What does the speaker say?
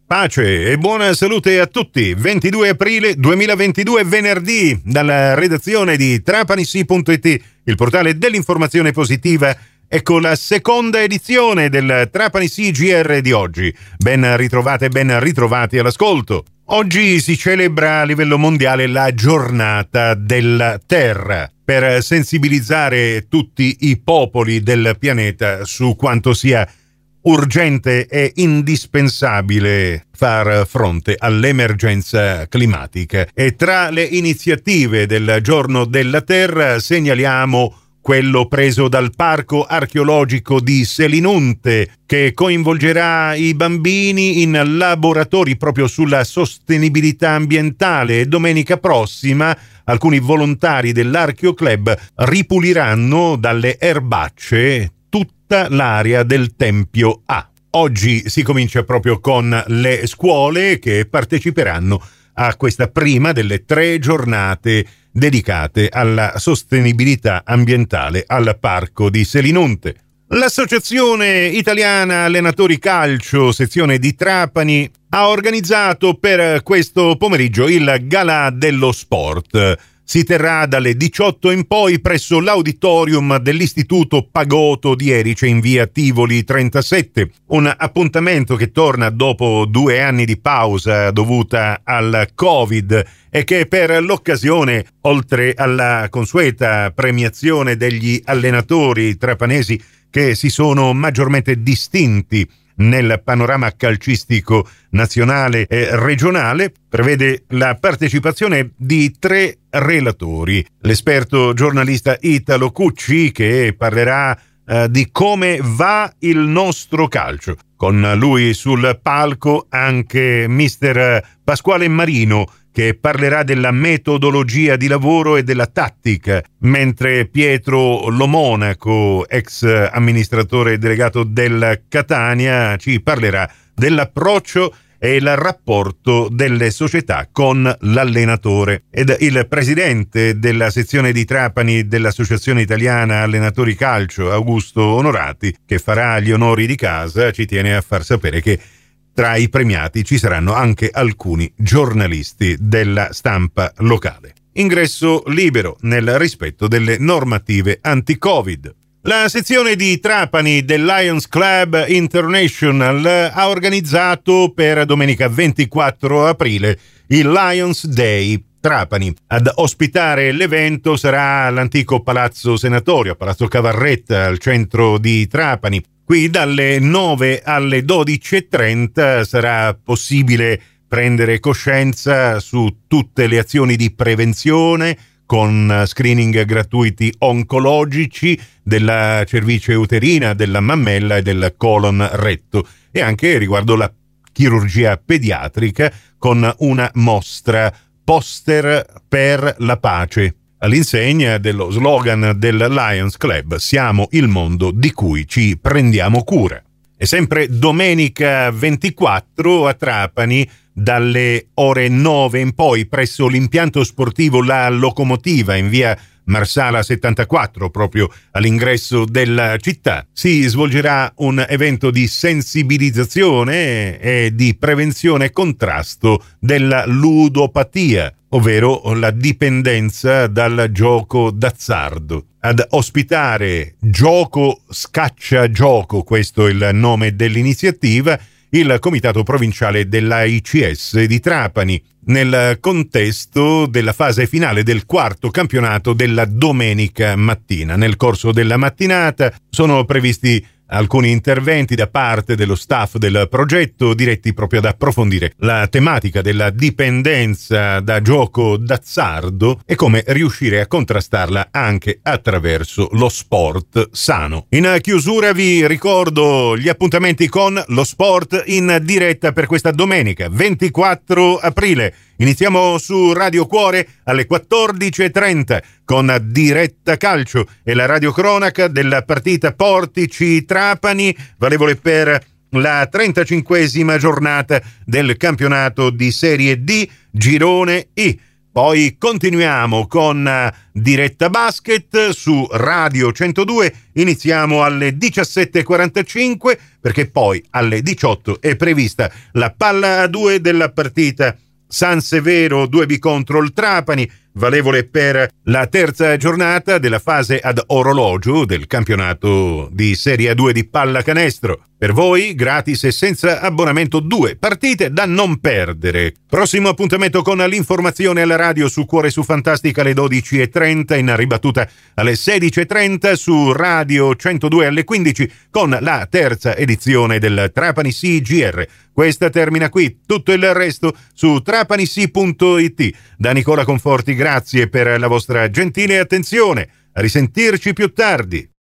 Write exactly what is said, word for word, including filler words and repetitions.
Pace e buona salute a tutti. ventidue aprile duemilaventidue, venerdì, dalla redazione di Trapanissi punto it, il portale dell'informazione positiva. Ecco la seconda edizione del Trapanissi G R di oggi. Ben ritrovate e ben ritrovati all'ascolto. Oggi si celebra a livello mondiale la giornata della Terra, per sensibilizzare tutti i popoli del pianeta su quanto sia urgente e indispensabile far fronte all'emergenza climatica. E tra le iniziative del Giorno della Terra segnaliamo quello preso dal Parco Archeologico di Selinunte, che coinvolgerà i bambini in laboratori proprio sulla sostenibilità ambientale, e domenica prossima alcuni volontari dell'Archeoclub ripuliranno dalle erbacce tutta l'area del Tempio A. Oggi si comincia proprio con le scuole che parteciperanno a questa prima delle tre giornate dedicate alla sostenibilità ambientale al Parco di Selinunte. L'Associazione Italiana Allenatori Calcio, sezione di Trapani, ha organizzato per questo pomeriggio il Galà dello Sport. Si terrà dalle diciotto in poi presso l'auditorium dell'Istituto Pagotto di Erice in via Tivoli trentasette. Un appuntamento che torna dopo due anni di pausa dovuta al Covid e che per l'occasione, oltre alla consueta premiazione degli allenatori trapanesi che si sono maggiormente distinti nel panorama calcistico nazionale e regionale, prevede la partecipazione di tre relatori. L'esperto giornalista Italo Cucci, che parlerà eh, di come va il nostro calcio. Con lui sul palco anche mister Pasquale Marino, che parlerà della metodologia di lavoro e della tattica, mentre Pietro Lomonaco, ex amministratore delegato del Catania, ci parlerà dell'approccio e il rapporto delle società con l'allenatore. Ed il presidente della sezione di Trapani dell'Associazione Italiana Allenatori Calcio, Augusto Onorati, che farà gli onori di casa, ci tiene a far sapere che tra i premiati ci saranno anche alcuni giornalisti della stampa locale. Ingresso libero nel rispetto delle normative anti-Covid. La sezione di Trapani del Lions Club International ha organizzato per domenica ventiquattro aprile il Lions Day Trapani. Ad ospitare l'evento sarà l'antico Palazzo Senatorio, Palazzo Cavarretta, al centro di Trapani. Qui dalle nove alle dodici e trenta sarà possibile prendere coscienza su tutte le azioni di prevenzione, con screening gratuiti oncologici della cervice uterina, della mammella e del colon retto, e anche riguardo la chirurgia pediatrica con una mostra Poster per la pace, all'insegna dello slogan del Lions Club: siamo il mondo di cui ci prendiamo cura. E sempre domenica ventiquattro a Trapani, dalle ore nove in poi, presso l'impianto sportivo La Locomotiva in via Marsala settantaquattro, proprio all'ingresso della città, si svolgerà un evento di sensibilizzazione e di prevenzione e contrasto della ludopatia, ovvero la dipendenza dal gioco d'azzardo. Ad ospitare Gioco Scaccia Gioco, questo è il nome dell'iniziativa, il Comitato Provinciale dell'A I C S di Trapani, nel contesto della fase finale del quarto campionato della domenica mattina. Nel corso della mattinata sono previsti alcuni interventi da parte dello staff del progetto diretti proprio ad approfondire la tematica della dipendenza da gioco d'azzardo e come riuscire a contrastarla anche attraverso lo sport sano. In chiusura vi ricordo gli appuntamenti con lo sport in diretta per questa domenica ventiquattro aprile. Iniziamo su Radio Cuore alle quattordici e trenta con Diretta Calcio e la radiocronaca della partita Portici-Trapani, valevole per la trentacinquesima giornata del campionato di Serie D Girone I. Poi continuiamo con Diretta Basket su Radio centodue, iniziamo alle diciassette e quarantacinque perché poi alle diciotto è prevista la palla a due della partita San Severo due B contro il Trapani, valevole per la terza giornata della fase ad orologio del campionato di Serie A due di pallacanestro. Per voi, gratis e senza abbonamento, due partite da non perdere. Prossimo appuntamento con l'informazione alla radio su Cuore su Fantastica alle dodici e trenta, in ribattuta alle sedici e trenta su Radio centodue alle quindici con la terza edizione del Trapani C G R. Questa termina qui, tutto il resto su trapanisi punto it. Da Nicola Conforti, grazie per la vostra gentile attenzione. A risentirci più tardi.